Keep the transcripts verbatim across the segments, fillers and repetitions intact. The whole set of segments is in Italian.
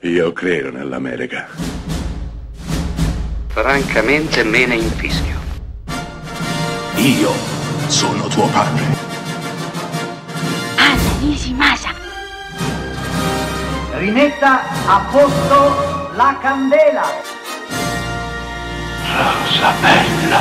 Io credo nell'America. Francamente me ne infischio. Io sono tuo padre. Anna Nishimasa. Rimetta a posto la candela. Rosa bella.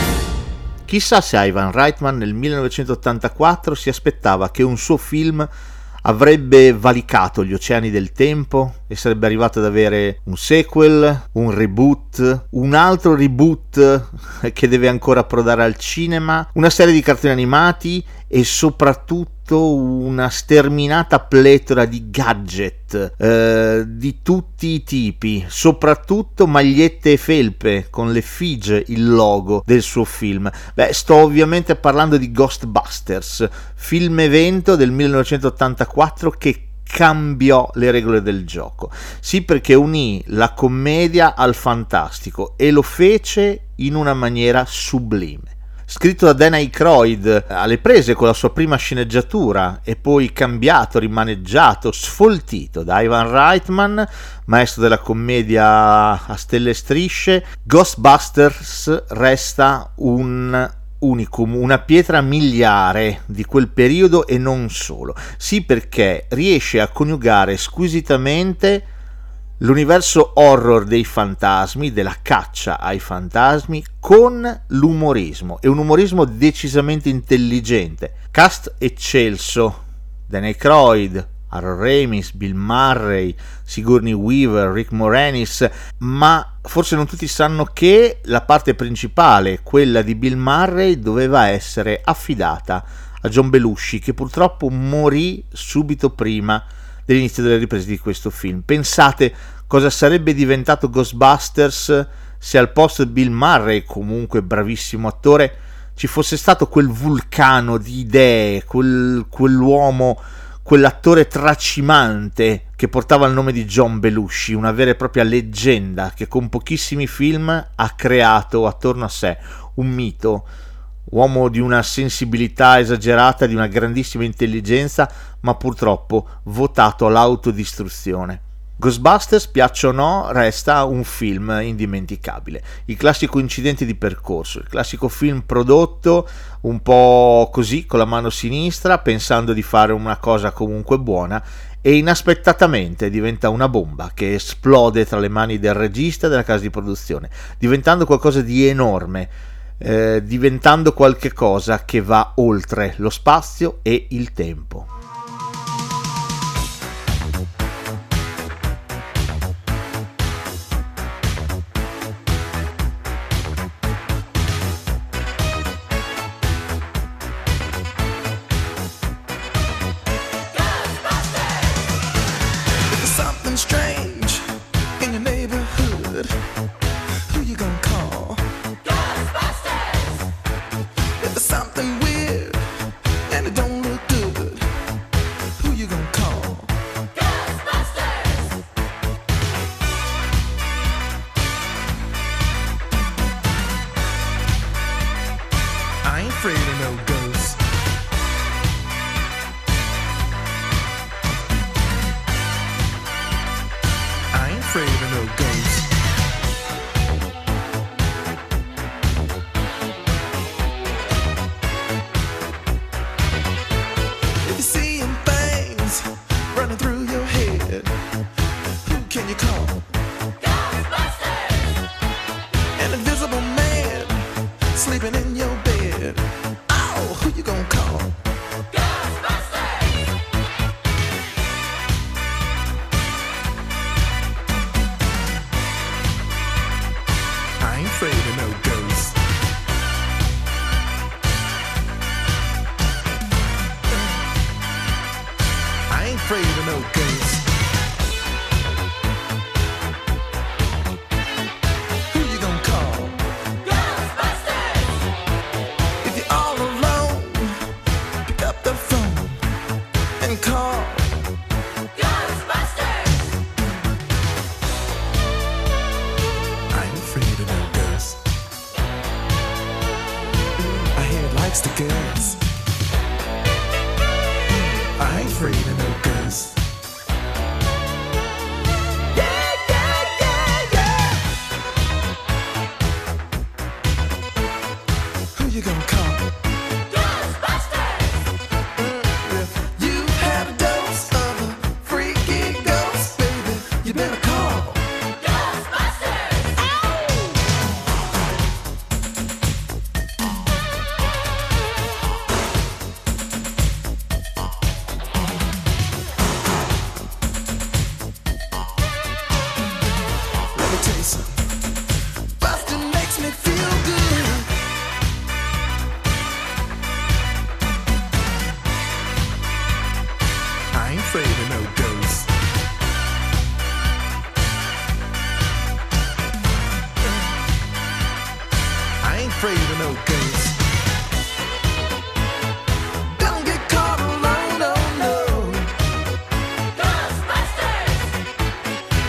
Chissà se Ivan Reitman nel millenovecentottantaquattro si aspettava che un suo film avrebbe valicato gli oceani del tempo e sarebbe arrivato ad avere un sequel, un reboot, un altro reboot che deve ancora approdare al cinema, una serie di cartoni animati e soprattutto una sterminata pletora di gadget eh, di tutti i tipi, soprattutto magliette e felpe con l'effigie, il logo del suo film. Beh, sto ovviamente parlando di Ghostbusters, film evento del millenovecentottantaquattro che cambiò le regole del gioco. Sì, perché unì la commedia al fantastico e lo fece in una maniera sublime. Scritto da Dan Aykroyd, alle prese con la sua prima sceneggiatura e poi cambiato, rimaneggiato, sfoltito da Ivan Reitman, maestro della commedia a stelle e strisce, Ghostbusters resta un unicum, una pietra miliare di quel periodo e non solo. Sì, perché riesce a coniugare squisitamente l'universo horror dei fantasmi, della caccia ai fantasmi, con l'umorismo, e un umorismo decisamente intelligente. Cast eccelso: Dan Aykroyd, Harold Ramis, Bill Murray, Sigourney Weaver, Rick Moranis, ma forse non tutti sanno che la parte principale, quella di Bill Murray, doveva essere affidata a John Belushi, che purtroppo morì subito prima dell'inizio delle riprese di questo film. Pensate cosa sarebbe diventato Ghostbusters se al posto di Bill Murray, comunque bravissimo attore, ci fosse stato quel vulcano di idee, quel, quell'uomo, quell'attore tracimante che portava il nome di John Belushi, una vera e propria leggenda che con pochissimi film ha creato attorno a sé un mito, uomo di una sensibilità esagerata, di una grandissima intelligenza, ma purtroppo votato all'autodistruzione. Ghostbusters, piaccia o no, resta un film indimenticabile, il classico incidente di percorso, il classico film prodotto un po' così con la mano sinistra, pensando di fare una cosa comunque buona, e inaspettatamente diventa una bomba che esplode tra le mani del regista e della casa di produzione, diventando qualcosa di enorme, eh, diventando qualche cosa che va oltre lo spazio e il tempo.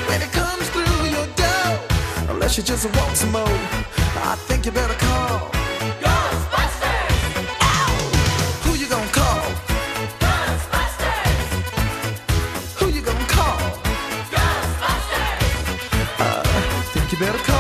when it comes through your door. Unless you just want some more, I think you better call Ghostbusters! Ow! Who you gonna call? Ghostbusters! Who you gonna call? Ghostbusters! I think you better call